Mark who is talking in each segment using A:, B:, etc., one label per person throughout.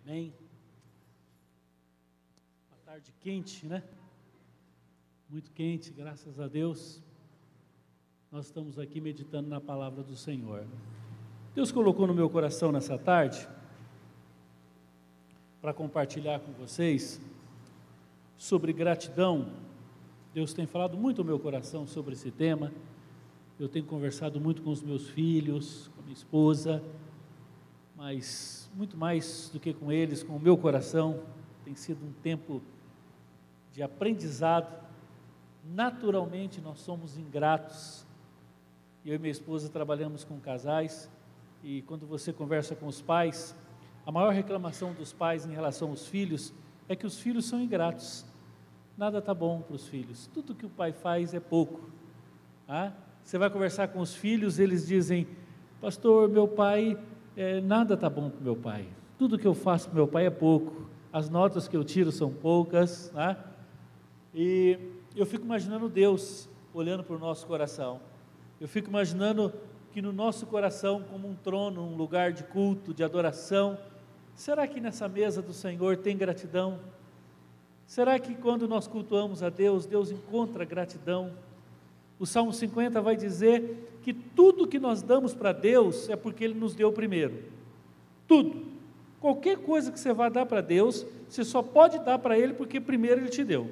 A: Amém. Uma tarde quente, né? Muito quente, graças a Deus. Nós estamos aqui meditando na palavra do Senhor. Deus colocou no meu coração nessa tarde para compartilhar com vocês sobre gratidão. Deus tem falado muito ao meu coração sobre esse tema. Eu tenho conversado muito com os meus filhos, com a minha esposa, mas muito mais do que com eles, com o meu coração. Tem sido um tempo de aprendizado. Naturalmente nós somos ingratos. Eu e minha esposa trabalhamos com casais, e quando você conversa com os pais, a maior reclamação dos pais em relação aos filhos é que os filhos são ingratos. Nada está bom para os filhos, tudo que o pai faz é pouco. Você vai conversar com os filhos, eles dizem: pastor, meu pai, nada está bom para o meu pai, tudo que eu faço para o meu pai é pouco, as notas que eu tiro são poucas. E eu fico imaginando Deus olhando para o nosso coração. Eu fico imaginando que no nosso coração, como um trono, um lugar de culto, de adoração, será que nessa mesa do Senhor tem gratidão? Será que quando nós cultuamos a Deus, Deus encontra gratidão? O Salmo 50 vai dizer que tudo que nós damos para Deus é porque Ele nos deu primeiro. Tudo. Qualquer coisa que você vá dar para Deus, você só pode dar para Ele porque primeiro Ele te deu.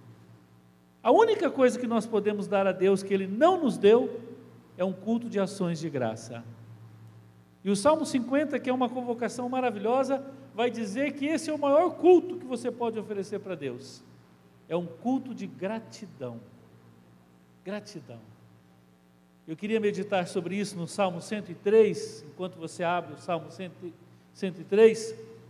A: A única coisa que nós podemos dar a Deus que Ele não nos deu é um culto de ações de graça. E o Salmo 50, que é uma convocação maravilhosa, vai dizer que esse é o maior culto que você pode oferecer para Deus. É um culto de gratidão. Gratidão. Eu queria meditar sobre isso no Salmo 103, enquanto você abre o Salmo 103.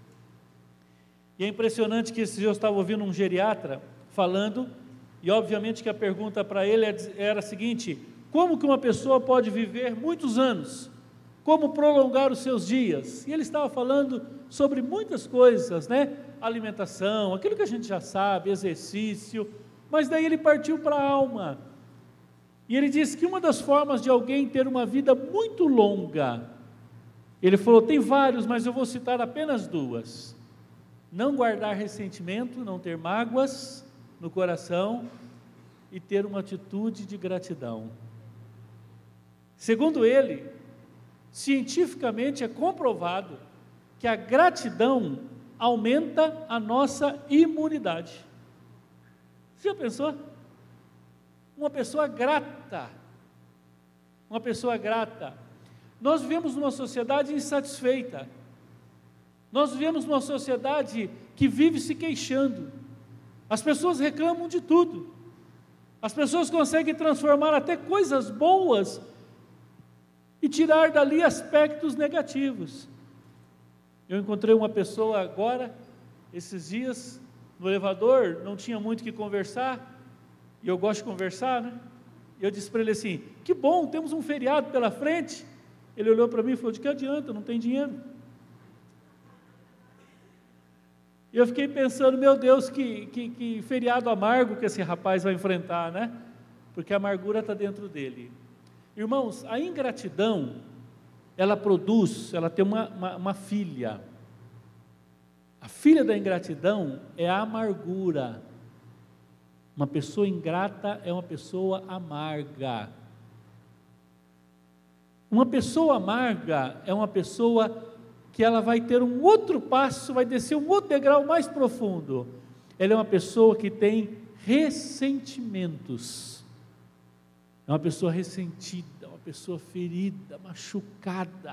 A: E é impressionante que esse dia eu estava ouvindo um geriatra falando, e obviamente que a pergunta para ele era a seguinte: como que uma pessoa pode viver muitos anos? Como prolongar os seus dias? E ele estava falando sobre muitas coisas, alimentação, aquilo que a gente já sabe, exercício, mas daí ele partiu para a alma. E ele disse que uma das formas de alguém ter uma vida muito longa, ele falou, tem vários, mas eu vou citar apenas duas: não guardar ressentimento, não ter mágoas no coração, e ter uma atitude de gratidão. Segundo ele, cientificamente é comprovado que a gratidão aumenta a nossa imunidade. Você já pensou? Uma pessoa grata, nós vivemos numa sociedade insatisfeita, nós vivemos numa sociedade que vive se queixando, as pessoas reclamam de tudo, as pessoas conseguem transformar até coisas boas e tirar dali aspectos negativos. Eu encontrei uma pessoa agora, esses dias, no elevador, não tinha muito o que conversar, e eu gosto de conversar, E eu disse para ele assim: que bom, temos um feriado pela frente. Ele olhou para mim e falou: de que adianta, não tem dinheiro. E eu fiquei pensando, meu Deus, que feriado amargo que esse rapaz vai enfrentar, Porque a amargura está dentro dele. Irmãos, a ingratidão, ela tem uma filha. A filha da ingratidão é a amargura. Uma pessoa ingrata é uma pessoa amarga. Uma pessoa amarga é uma pessoa que ela vai ter um outro passo, vai descer um outro degrau mais profundo. Ela é uma pessoa que tem ressentimentos. É uma pessoa ressentida, uma pessoa ferida, machucada.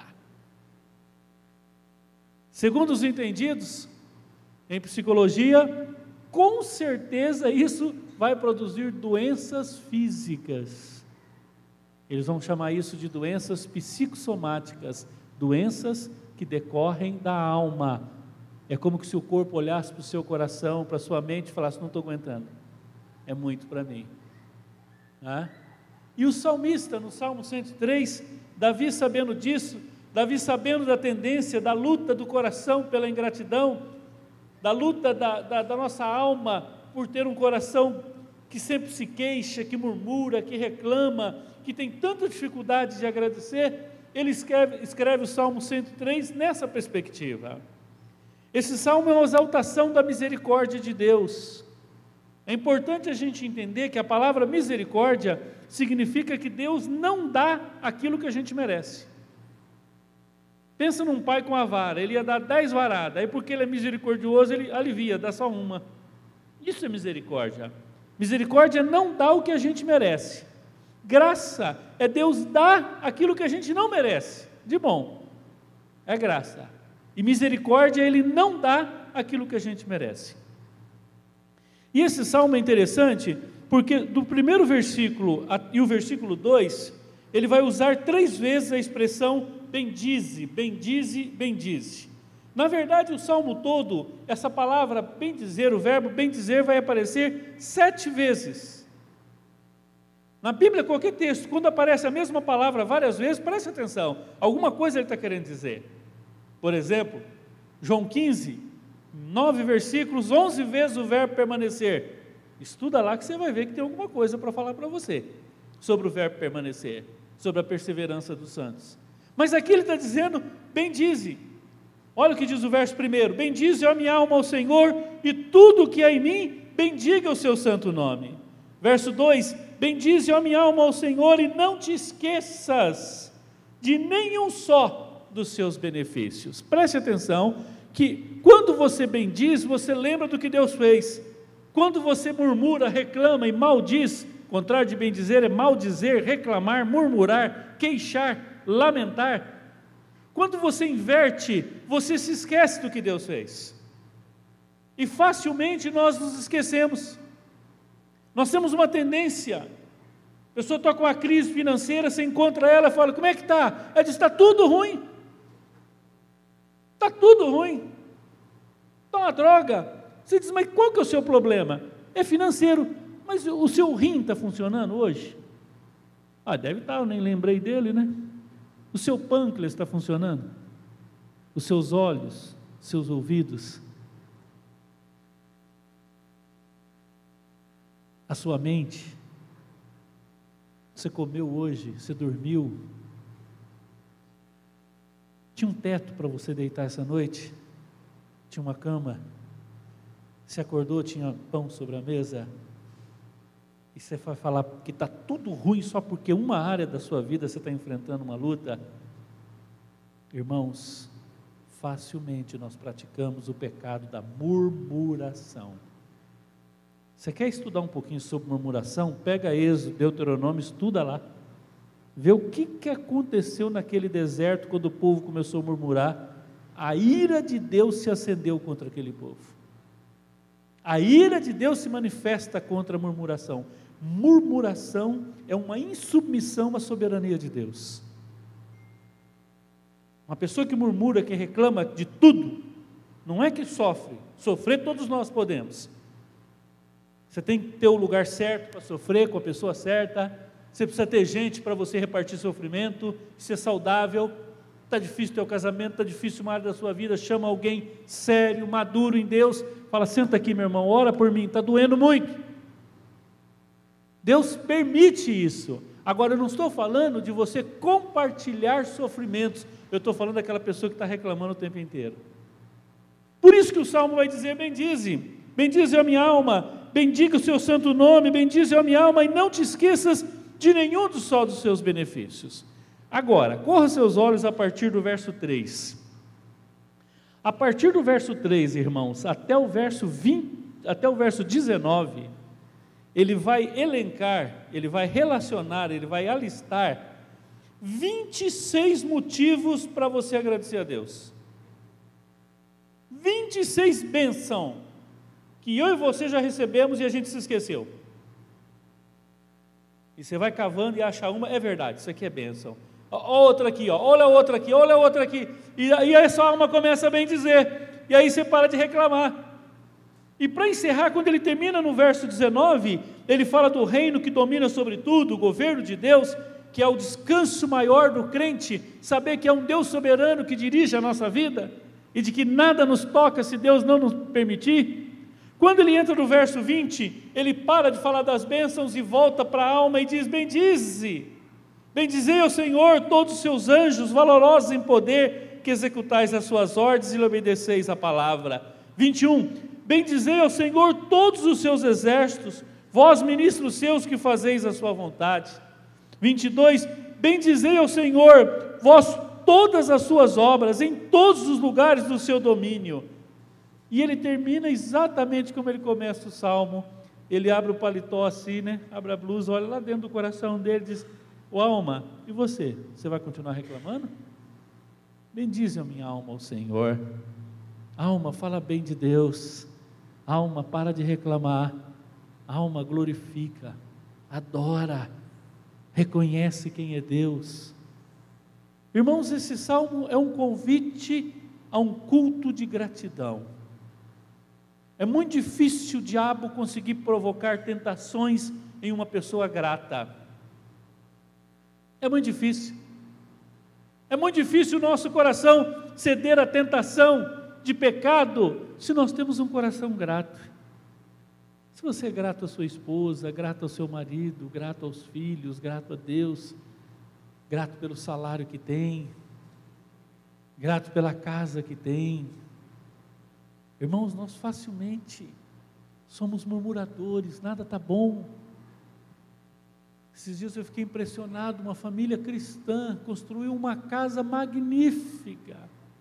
A: Segundo os entendidos em psicologia, com certeza isso vai produzir doenças físicas. Eles vão chamar isso de doenças psicossomáticas, doenças que decorrem da alma. É como se o corpo olhasse para o seu coração, para a sua mente e falasse: não estou aguentando, é muito para mim. E o salmista, no Salmo 103, Davi sabendo disso, Davi sabendo da tendência, da luta do coração pela ingratidão, da luta da nossa alma por ter um coração que sempre se queixa, que murmura, que reclama, que tem tanta dificuldade de agradecer, ele escreve o Salmo 103 nessa perspectiva. Esse salmo é uma exaltação da misericórdia de Deus. É importante a gente entender que a palavra misericórdia significa que Deus não dá aquilo que a gente merece. Pensa num pai com a vara, ele ia dar 10 varadas, aí porque ele é misericordioso, ele alivia, dá só uma. Isso é misericórdia. Misericórdia é não dar o que a gente merece. Graça é Deus dar aquilo que a gente não merece, de bom. É graça. E misericórdia é Ele não dá aquilo que a gente merece. E esse salmo é interessante, porque do primeiro versículo e o versículo 2, ele vai usar 3 vezes a expressão bendize, bendize, bendize. Na verdade, o salmo todo, essa palavra bendizer, o verbo bendizer vai aparecer 7 vezes. Na Bíblia, qualquer texto, quando aparece a mesma palavra várias vezes, preste atenção, alguma coisa ele está querendo dizer. Por exemplo, João 15, 9 versículos, 11 vezes o verbo permanecer. Estuda lá que você vai ver que tem alguma coisa para falar para você sobre o verbo permanecer, sobre a perseverança dos santos. Mas aqui ele está dizendo, bendize. Olha o que diz o verso 1, bendize a minha alma ao Senhor, e tudo que há em mim, bendiga o seu santo nome. Verso 2, bendize a minha alma ao Senhor, e não te esqueças de nenhum só dos seus benefícios. Preste atenção, que quando você bendiz, você lembra do que Deus fez. Quando você murmura, reclama e maldiz, o contrário de bendizer é maldizer, reclamar, murmurar, queixar, lamentar. Quando você inverte, você se esquece do que Deus fez. E facilmente nós nos esquecemos. Nós temos uma tendência. A pessoa está com uma crise financeira, você encontra ela e fala, como é que está? Ela diz, está tudo ruim. Está tudo ruim. Está uma droga. Você diz, mas qual que é o seu problema? É financeiro. Mas o seu rim está funcionando hoje? Ah, deve estar, eu nem lembrei dele, né? O seu pâncreas está funcionando? Os seus olhos, seus ouvidos, a sua mente, você comeu hoje, você dormiu, tinha um teto para você deitar essa noite, tinha uma cama, você acordou, tinha pão sobre a mesa, e você vai falar que está tudo ruim só porque uma área da sua vida você está enfrentando uma luta. Irmãos, facilmente nós praticamos o pecado da murmuração. Você quer estudar um pouquinho sobre murmuração? Pega Êxodo, Deuteronômio, estuda lá. Vê o que aconteceu naquele deserto quando o povo começou a murmurar. A ira de Deus se acendeu contra aquele povo. A ira de Deus se manifesta contra a murmuração. Murmuração é uma insubmissão à soberania de Deus. Uma pessoa que murmura, que reclama de tudo, não é que sofre. Sofrer todos nós podemos. Você tem que ter o lugar certo para sofrer, com a pessoa certa. Você precisa ter gente para você repartir sofrimento, ser saudável. Está difícil teu casamento, está difícil uma área da sua vida, chama alguém sério, maduro em Deus, fala, senta aqui meu irmão, ora por mim, está doendo muito. Deus permite isso. Agora eu não estou falando de você compartilhar sofrimentos, eu estou falando daquela pessoa que está reclamando o tempo inteiro. Por isso que o Salmo vai dizer, bendize a minha alma, bendiga o seu santo nome, bendize a minha alma, e não te esqueças de nenhum dos seus benefícios. Agora, corra seus olhos a partir do verso 3. A partir do verso 3, irmãos, até o verso 19, ele vai elencar, ele vai relacionar, ele vai alistar 26 motivos para você agradecer a Deus. 26 bênçãos que eu e você já recebemos e a gente se esqueceu. E você vai cavando e acha uma, é verdade, isso aqui é bênção. Outra aqui, olha outra aqui, olha outra aqui, e aí a sua alma começa a bem dizer, e aí você para de reclamar. E para encerrar, quando ele termina no verso 19, ele fala do reino que domina sobre tudo, o governo de Deus, que é o descanso maior do crente, saber que é um Deus soberano que dirige a nossa vida, e de que nada nos toca se Deus não nos permitir. Quando ele entra no verso 20, ele para de falar das bênçãos e volta para a alma e diz, bendizei ao Senhor todos os seus anjos valorosos em poder, que executais as suas ordens e lhe obedeceis a palavra. 21, bendizei ao Senhor todos os seus exércitos, vós ministros seus que fazeis a sua vontade. 22, bendizei ao Senhor, vós todas as suas obras, em todos os lugares do seu domínio. E ele termina exatamente como ele começa o salmo. Ele abre o paletó assim, né? Abre a blusa, olha lá dentro do coração dele e diz: ô alma, e você? Você vai continuar reclamando? Bendize a minha alma ao Senhor. Alma, fala bem de Deus. Alma, para de reclamar. Alma, glorifica, adora, reconhece quem é Deus. Irmãos, esse salmo é um convite a um culto de gratidão. É muito difícil o diabo conseguir provocar tentações em uma pessoa grata. É muito difícil. É muito difícil o nosso coração ceder à tentação de pecado se nós temos um coração grato. Se você é grato à sua esposa, grato ao seu marido, grato aos filhos, grato a Deus, grato pelo salário que tem, grato pela casa que tem. Irmãos, nós facilmente somos murmuradores, nada está bom. Esses dias eu fiquei impressionado, uma família cristã construiu uma casa magnífica,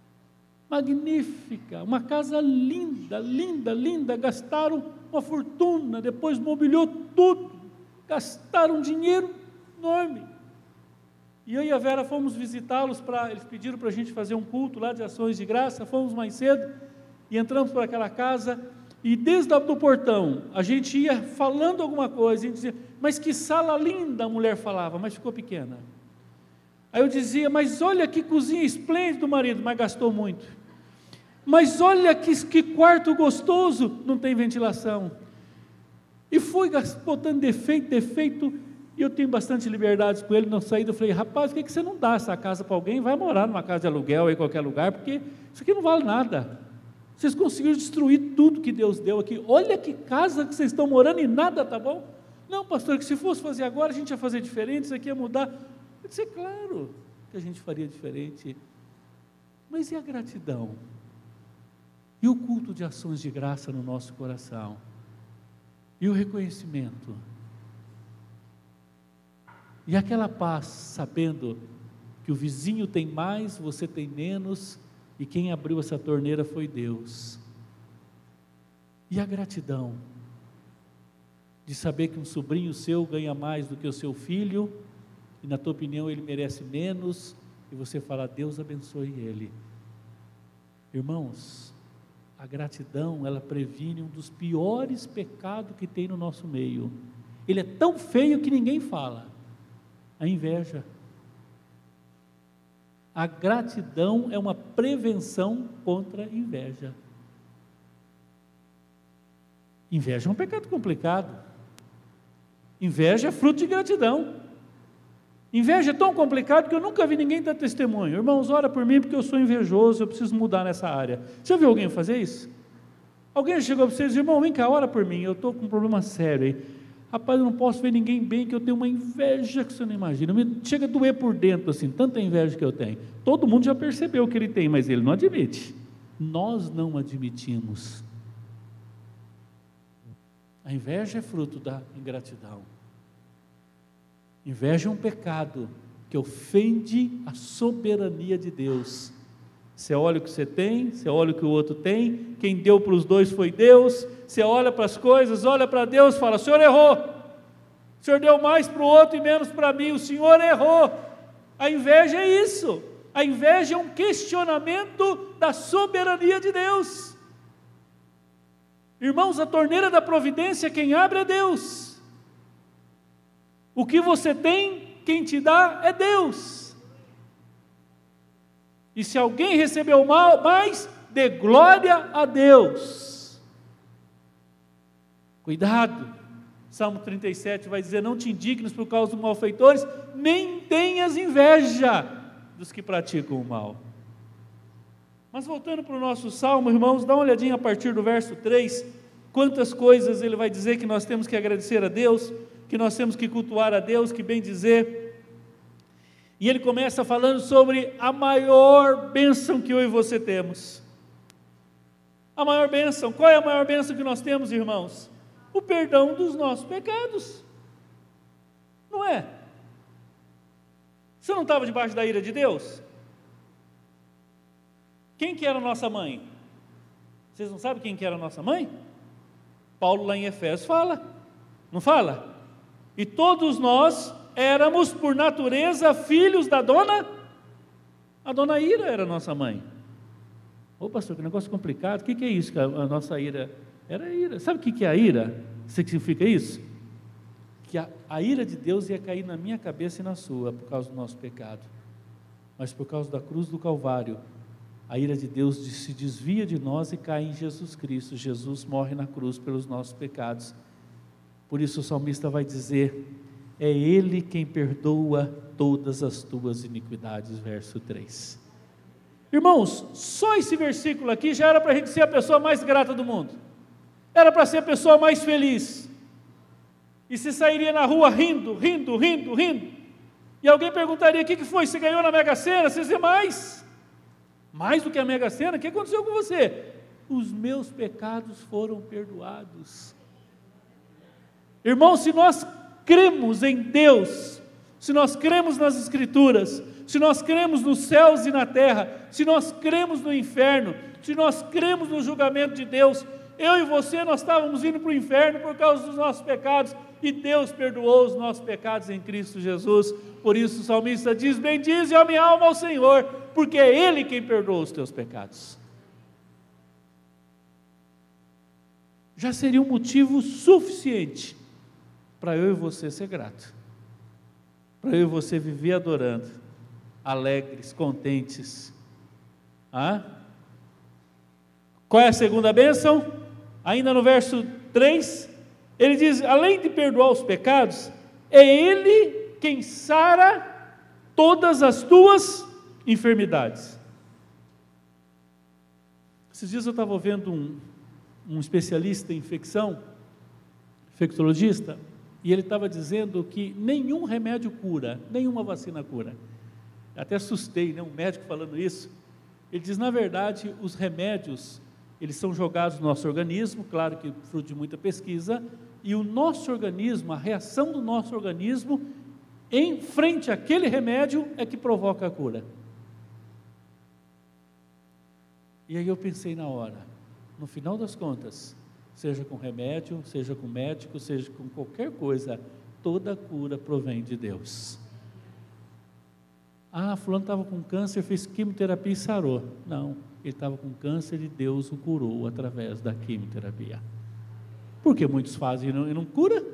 A: uma casa linda, linda, linda, gastaram uma fortuna, depois mobiliou tudo, gastaram dinheiro enorme. E eu e a Vera fomos visitá-los, eles pediram para a gente fazer um culto lá de ações de graça, fomos mais cedo, e entramos por aquela casa, e desde o portão, a gente ia falando alguma coisa, a gente dizia: mas que sala linda, a mulher falava, mas ficou pequena. Aí eu dizia: mas olha que cozinha esplêndida, marido, mas gastou muito. Mas olha que quarto gostoso, não tem ventilação. E fui botando defeito, e eu tenho bastante liberdade com ele. Na saída eu falei: rapaz, por que você não dá essa casa para alguém? Vai morar numa casa de aluguel em qualquer lugar, porque isso aqui não vale nada. Vocês conseguiram destruir tudo que Deus deu aqui. Olha que casa que vocês estão morando e nada está bom. Não, pastor, que se fosse fazer agora, a gente ia fazer diferente, isso aqui ia mudar. Eu disse: é claro que a gente faria diferente. Mas e a gratidão? E o culto de ações de graça no nosso coração? E o reconhecimento? E aquela paz, sabendo que o vizinho tem mais, você tem menos, e quem abriu essa torneira foi Deus. E a gratidão de saber que um sobrinho seu ganha mais do que o seu filho, e na tua opinião ele merece menos, e você fala: Deus abençoe ele. Irmãos, a gratidão, ela previne um dos piores pecados que tem no nosso meio. Ele é tão feio que ninguém fala: a inveja. A gratidão é uma prevenção contra a inveja. Inveja é um pecado complicado. Inveja é fruto de gratidão. Inveja é tão complicado que eu nunca vi ninguém dar testemunho. Irmãos, ora por mim porque eu sou invejoso, eu preciso mudar nessa área. Você já viu alguém fazer isso? Alguém chegou para vocês: irmão, vem cá, ora por mim, eu estou com um problema sério aí. Rapaz, eu não posso ver ninguém bem, que eu tenho uma inveja que você não imagina. Chega a doer por dentro assim, tanta inveja que eu tenho. Todo mundo já percebeu que ele tem, mas ele não admite. Nós não admitimos. A inveja é fruto da ingratidão. Inveja é um pecado que ofende a soberania de Deus. Você olha o que você tem, você olha o que o outro tem, quem deu para os dois foi Deus. Você olha para as coisas, olha para Deus, fala: o Senhor errou, o Senhor deu mais para o outro e menos para mim, o Senhor errou. A inveja é isso. A inveja é um questionamento da soberania de Deus. Irmãos, a torneira da providência, quem abre é Deus. O que você tem, quem te dá é Deus. E se alguém recebeu mais, dê glória a Deus. Cuidado, Salmo 37 vai dizer: não te indignes por causa dos malfeitores, nem tenhas inveja dos que praticam o mal. Mas voltando para o nosso Salmo, irmãos, dá uma olhadinha a partir do verso 3, quantas coisas ele vai dizer que nós temos que agradecer a Deus, que nós temos que cultuar a Deus, que bem dizer. E ele começa falando sobre a maior bênção que eu e você temos. A maior bênção, qual é a maior bênção que nós temos, irmãos? O perdão dos nossos pecados. Não é? Você não estava debaixo da ira de Deus? Quem que era a nossa mãe? Vocês não sabem quem que era a nossa mãe? Paulo lá em Efésios fala, não fala? E todos nós éramos por natureza filhos da dona, a dona Ira era a nossa mãe. Ô pastor, que negócio complicado, o que é isso que a nossa ira, era a ira, sabe o que é a ira? O que significa isso? Que a ira de Deus ia cair na minha cabeça e na sua, por causa do nosso pecado, mas por causa da cruz do Calvário, a ira de Deus se desvia de nós e cai em Jesus Cristo. Jesus morre na cruz pelos nossos pecados. Por isso o salmista vai dizer, é Ele quem perdoa todas as tuas iniquidades, verso 3. Irmãos, só esse versículo aqui já era para a gente ser a pessoa mais grata do mundo, era para ser a pessoa mais feliz, e se sairia na rua rindo, e alguém perguntaria, o que foi, você ganhou na Mega Sena? Você dizia, mais do que a Mega Sena, o que aconteceu com você? Os meus pecados foram perdoados. Irmãos, se nós cremos em Deus, se nós cremos nas Escrituras, se nós cremos nos céus e na terra, se nós cremos no inferno, se nós cremos no julgamento de Deus, eu e você, nós estávamos indo para o inferno por causa dos nossos pecados, e Deus perdoou os nossos pecados em Cristo Jesus. Por isso o salmista diz, bendize a minha alma ao Senhor, porque é Ele quem perdoa os teus pecados. Já seria um motivo suficiente para eu e você ser grato, para eu e você viver adorando, alegres, contentes. Qual é a segunda bênção? Ainda no verso 3, ele diz, além de perdoar os pecados, é Ele quem sara todas as tuas enfermidades. Esses dias eu estava ouvindo um especialista em infectologista, e ele estava dizendo que nenhum remédio cura, nenhuma vacina cura. Até assustei, um médico falando isso. Ele diz, na verdade, os remédios, eles são jogados no nosso organismo, claro que fruto de muita pesquisa, e o nosso organismo, a reação do nosso organismo, em frente àquele remédio, é que provoca a cura. E aí eu pensei na hora, no final das contas, seja com remédio, seja com médico, seja com qualquer coisa, toda cura provém de Deus. Fulano estava com câncer, fez quimioterapia e sarou. Não, ele estava com câncer e Deus o curou através da quimioterapia. Porque muitos fazem e não cura?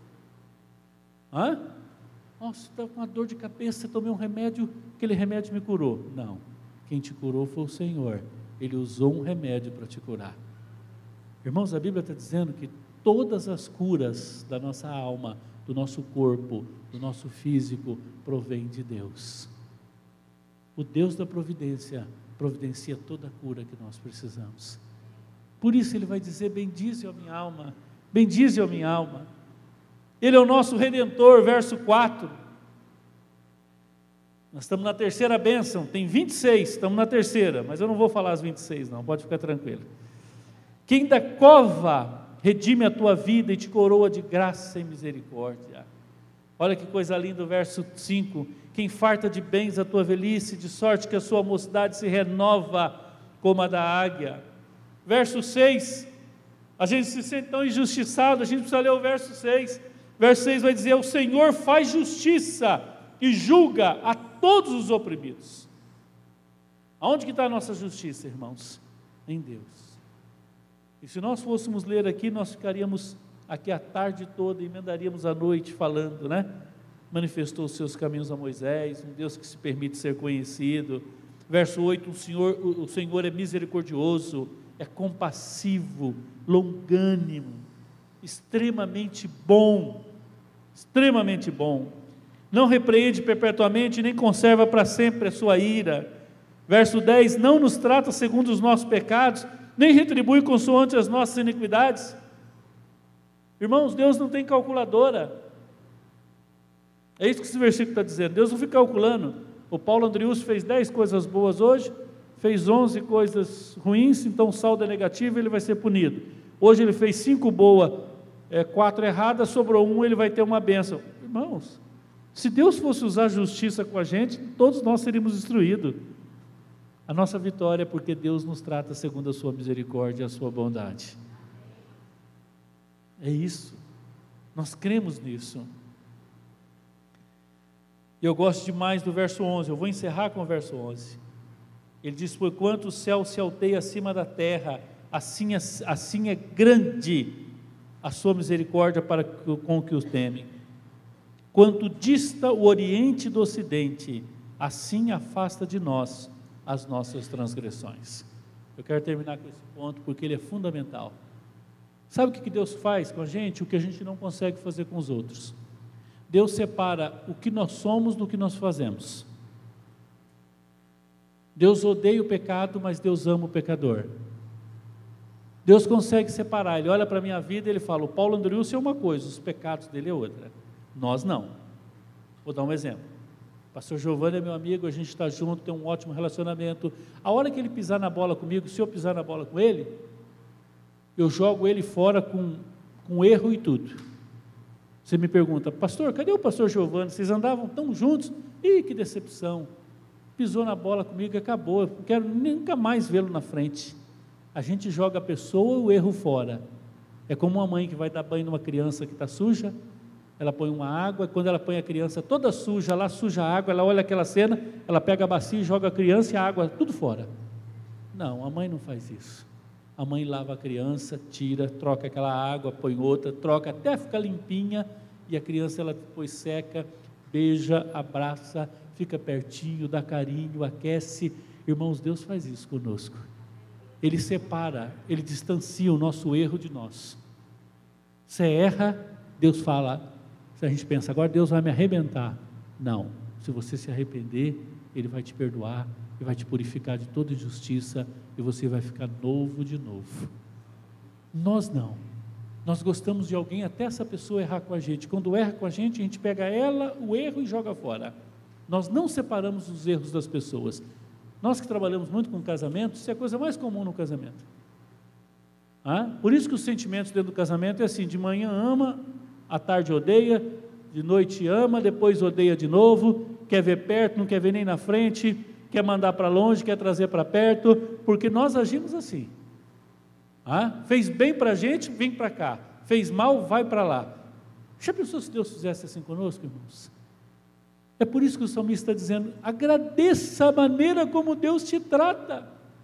A: Nossa, estava com uma dor de cabeça, tomei um remédio, aquele remédio me curou. Não, quem te curou foi o Senhor, Ele usou um remédio para te curar. Irmãos, a Bíblia está dizendo que todas as curas da nossa alma, do nosso corpo, do nosso físico, provém de Deus. O Deus da providência providencia toda a cura que nós precisamos. Por isso Ele vai dizer, bendize a minha alma, bendize a minha alma. Ele é o nosso Redentor, verso 4. Nós estamos na terceira bênção, tem 26, estamos na terceira, mas eu não vou falar as 26 não, pode ficar tranquilo. Quem da cova redime a tua vida e te coroa de graça e misericórdia. Olha que coisa linda o verso 5, quem farta de bens a tua velhice, de sorte que a sua mocidade se renova como a da águia. Verso 6, a gente se sente tão injustiçado, a gente precisa ler o verso 6, verso 6 vai dizer, o Senhor faz justiça e julga a todos os oprimidos. Aonde que está a nossa justiça, irmãos? Em Deus. E se nós fôssemos ler aqui, nós ficaríamos aqui a tarde toda, emendaríamos a noite falando, manifestou os seus caminhos a Moisés, um Deus que se permite ser conhecido. Verso 8, o Senhor é misericordioso, é compassivo, longânimo, extremamente bom, não repreende perpetuamente, nem conserva para sempre a sua ira. Verso 10, não nos trata segundo os nossos pecados, nem retribui consoante as nossas iniquidades. Irmãos, Deus não tem calculadora, é isso que esse versículo está dizendo, Deus não fica calculando, O Paulo Andrius fez 10 coisas boas hoje, fez 11 coisas ruins, então o saldo é negativo, ele vai ser punido. Hoje ele fez 5 boas, 4 erradas, sobrou 1, ele vai ter uma bênção. Irmãos, se Deus fosse usar a justiça com a gente, todos nós seríamos destruídos. A nossa vitória é porque Deus nos trata segundo a sua misericórdia e a sua bondade. É isso, nós cremos nisso. E eu gosto demais do verso 11, eu vou encerrar com o verso 11. Ele diz: porquanto o céu se alteia acima da terra, assim é grande a sua misericórdia para com que os temem. Quanto dista o oriente do ocidente, assim afasta de nós as nossas transgressões. Eu quero terminar com esse ponto porque ele é fundamental. Sabe o que Deus faz com a gente? O que a gente não consegue fazer com os outros. Deus separa o que nós somos do que nós fazemos. Deus odeia o pecado, mas Deus ama o pecador. Deus consegue separar. Ele olha para a minha vida e ele fala: o Paulo Andrius é uma coisa, os pecados dele é outra. Nós não. Vou dar um exemplo. O pastor Giovanni é meu amigo, a gente está junto, tem um ótimo relacionamento. A hora que ele pisar na bola comigo, se eu pisar na bola com ele, eu jogo ele fora com erro e tudo. Você me pergunta: pastor, cadê o pastor Giovanni? Vocês andavam tão juntos? Ih, que decepção. Pisou na bola comigo e acabou. Eu não quero nunca mais vê-lo na frente. A gente joga a pessoa, o erro fora. É como uma mãe que vai dar banho numa criança que está suja. Ela põe uma água, e quando ela põe a criança toda suja, lá suja a água, ela olha aquela cena, ela pega a bacia e joga a criança e a água tudo fora. Não, a mãe não faz isso. A mãe lava a criança, tira, troca aquela água, põe outra, troca até ficar limpinha, e a criança ela depois seca, beija, abraça, fica pertinho, dá carinho, aquece. Irmãos, Deus faz isso conosco. Ele separa, Ele distancia o nosso erro de nós. Você erra, Deus fala. Se a gente pensa, agora Deus vai me arrebentar. Não, se você se arrepender, Ele vai te perdoar e vai te purificar de toda injustiça, e você vai ficar novo de novo. Nós não. Nós gostamos de alguém até essa pessoa errar com a gente. Quando erra com a gente pega ela, o erro, e joga fora. Nós não separamos os erros das pessoas. Nós que trabalhamos muito com casamento, isso é a coisa mais comum no casamento. Por isso que os sentimentos dentro do casamento é assim: de manhã ama, à tarde odeia, de noite ama, depois odeia de novo, quer ver perto, não quer ver nem na frente, quer mandar para longe, quer trazer para perto, porque nós agimos assim. Fez bem para a gente, vem para cá. Fez mal, vai para lá. Já pensou se Deus fizesse assim conosco, irmãos? É por isso que o salmista está dizendo: agradeça a maneira como Deus te trata.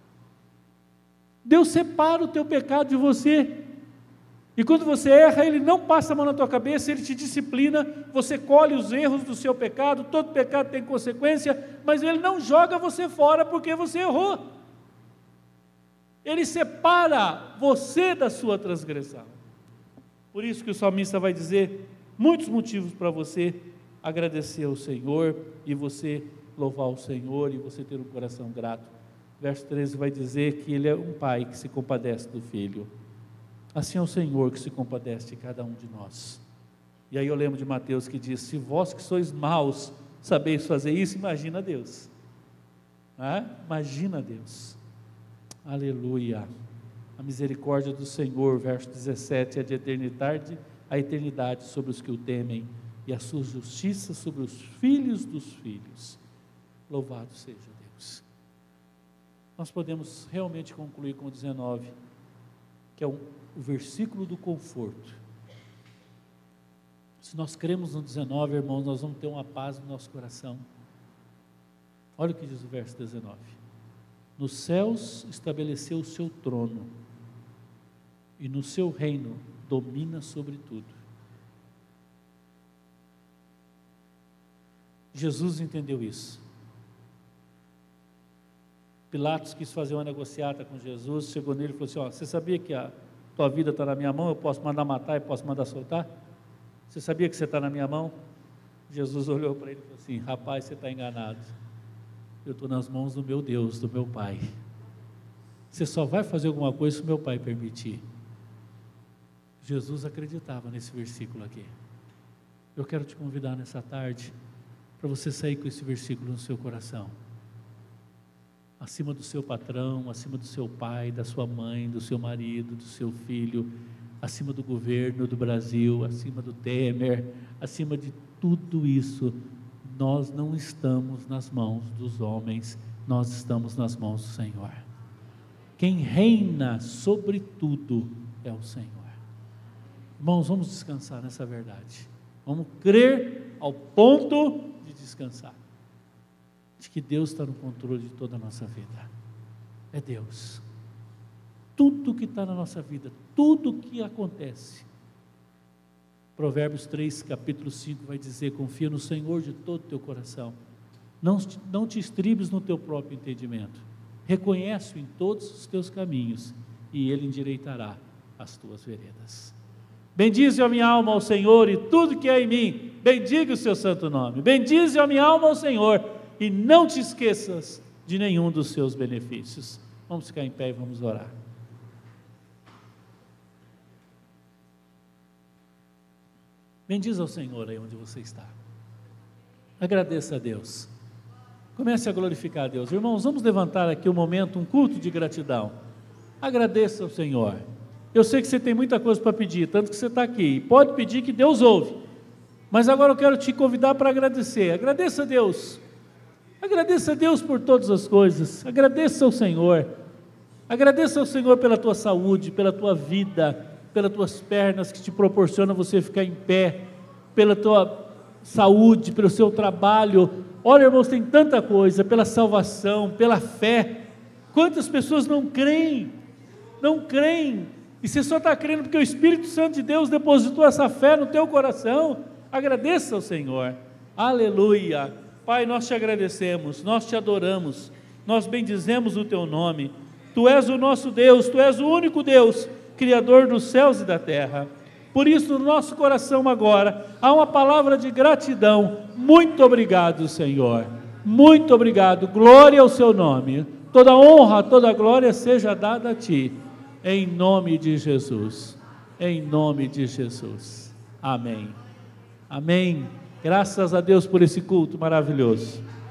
A: Deus separa o teu pecado de você. E quando você erra, Ele não passa a mão na tua cabeça, Ele te disciplina, você colhe os erros do seu pecado, todo pecado tem consequência, mas Ele não joga você fora porque você errou. Ele separa você da sua transgressão. Por isso que o salmista vai dizer muitos motivos para você agradecer ao Senhor, e você louvar o Senhor, e você ter um coração grato. Verso 13 vai dizer que Ele é um pai que se compadece do filho. Assim é o Senhor que se compadece de cada um de nós. E aí eu lembro de Mateus que diz: se vós que sois maus sabeis fazer isso, imagina Deus. Imagina Deus. Aleluia. A misericórdia do Senhor, verso 17, é de eternidade a eternidade sobre os que o temem, e a sua justiça sobre os filhos dos filhos. Louvado seja Deus. Nós podemos realmente concluir com o 19, que é o versículo do conforto. Se nós cremos no 19, irmãos, nós vamos ter uma paz no nosso coração. Olha o que diz o verso 19: nos céus estabeleceu o seu trono, e no seu reino domina sobre tudo. Jesus entendeu isso. Pilatos quis fazer uma negociata com Jesus, chegou nele e falou assim: você sabia que a tua vida está na minha mão, eu posso mandar matar e posso mandar soltar? Você sabia que você está na minha mão? Jesus olhou para ele e falou assim: rapaz, você está enganado, eu estou nas mãos do meu Deus, do meu Pai. Você só vai fazer alguma coisa se o meu Pai permitir. Jesus acreditava nesse versículo aqui. Eu quero te convidar nessa tarde para você sair com esse versículo no seu coração. Acima do seu patrão, acima do seu pai, da sua mãe, do seu marido, do seu filho, acima do governo do Brasil, acima do Temer, acima de tudo isso, nós não estamos nas mãos dos homens, nós estamos nas mãos do Senhor. Quem reina sobre tudo é o Senhor. Irmãos, vamos descansar nessa verdade. Vamos crer ao ponto de descansar, de que Deus está no controle de toda a nossa vida. É Deus. Tudo que está na nossa vida, tudo que acontece. Provérbios 3, capítulo 5 vai dizer: confia no Senhor de todo o teu coração, não te estribes no teu próprio entendimento, reconhece-o em todos os teus caminhos, e Ele endireitará as tuas veredas. Bendize a minha alma ao Senhor e tudo que é em mim, bendiga o seu santo nome. Bendize a minha alma ao Senhor e não te esqueças de nenhum dos seus benefícios. Vamos ficar em pé e vamos orar. Bendize ao Senhor aí onde você está. Agradeça a Deus. Comece a glorificar a Deus. Irmãos, vamos levantar aqui um momento, um culto de gratidão. Agradeça ao Senhor. Eu sei que você tem muita coisa para pedir, tanto que você está aqui. Pode pedir que Deus ouve. Mas agora eu quero te convidar para agradecer. Agradeça a Deus. Agradeça a Deus por todas as coisas. Agradeça ao Senhor. Agradeça ao Senhor pela tua saúde, pela tua vida, pelas tuas pernas que te proporcionam você ficar em pé, pela tua saúde, pelo seu trabalho. Olha, irmãos, tem tanta coisa, pela salvação, pela fé. Quantas pessoas não creem, e você só está crendo porque o Espírito Santo de Deus depositou essa fé no teu coração. Agradeça ao Senhor. Aleluia. Pai, nós te agradecemos, nós te adoramos, nós bendizemos o teu nome. Tu és o nosso Deus, tu és o único Deus, Criador dos céus e da terra. Por isso, no nosso coração agora, há uma palavra de gratidão. Muito obrigado, Senhor. Muito obrigado. Glória ao seu nome. Toda honra, toda glória seja dada a ti. Em nome de Jesus. Em nome de Jesus. Amém. Amém. Graças a Deus por esse culto maravilhoso.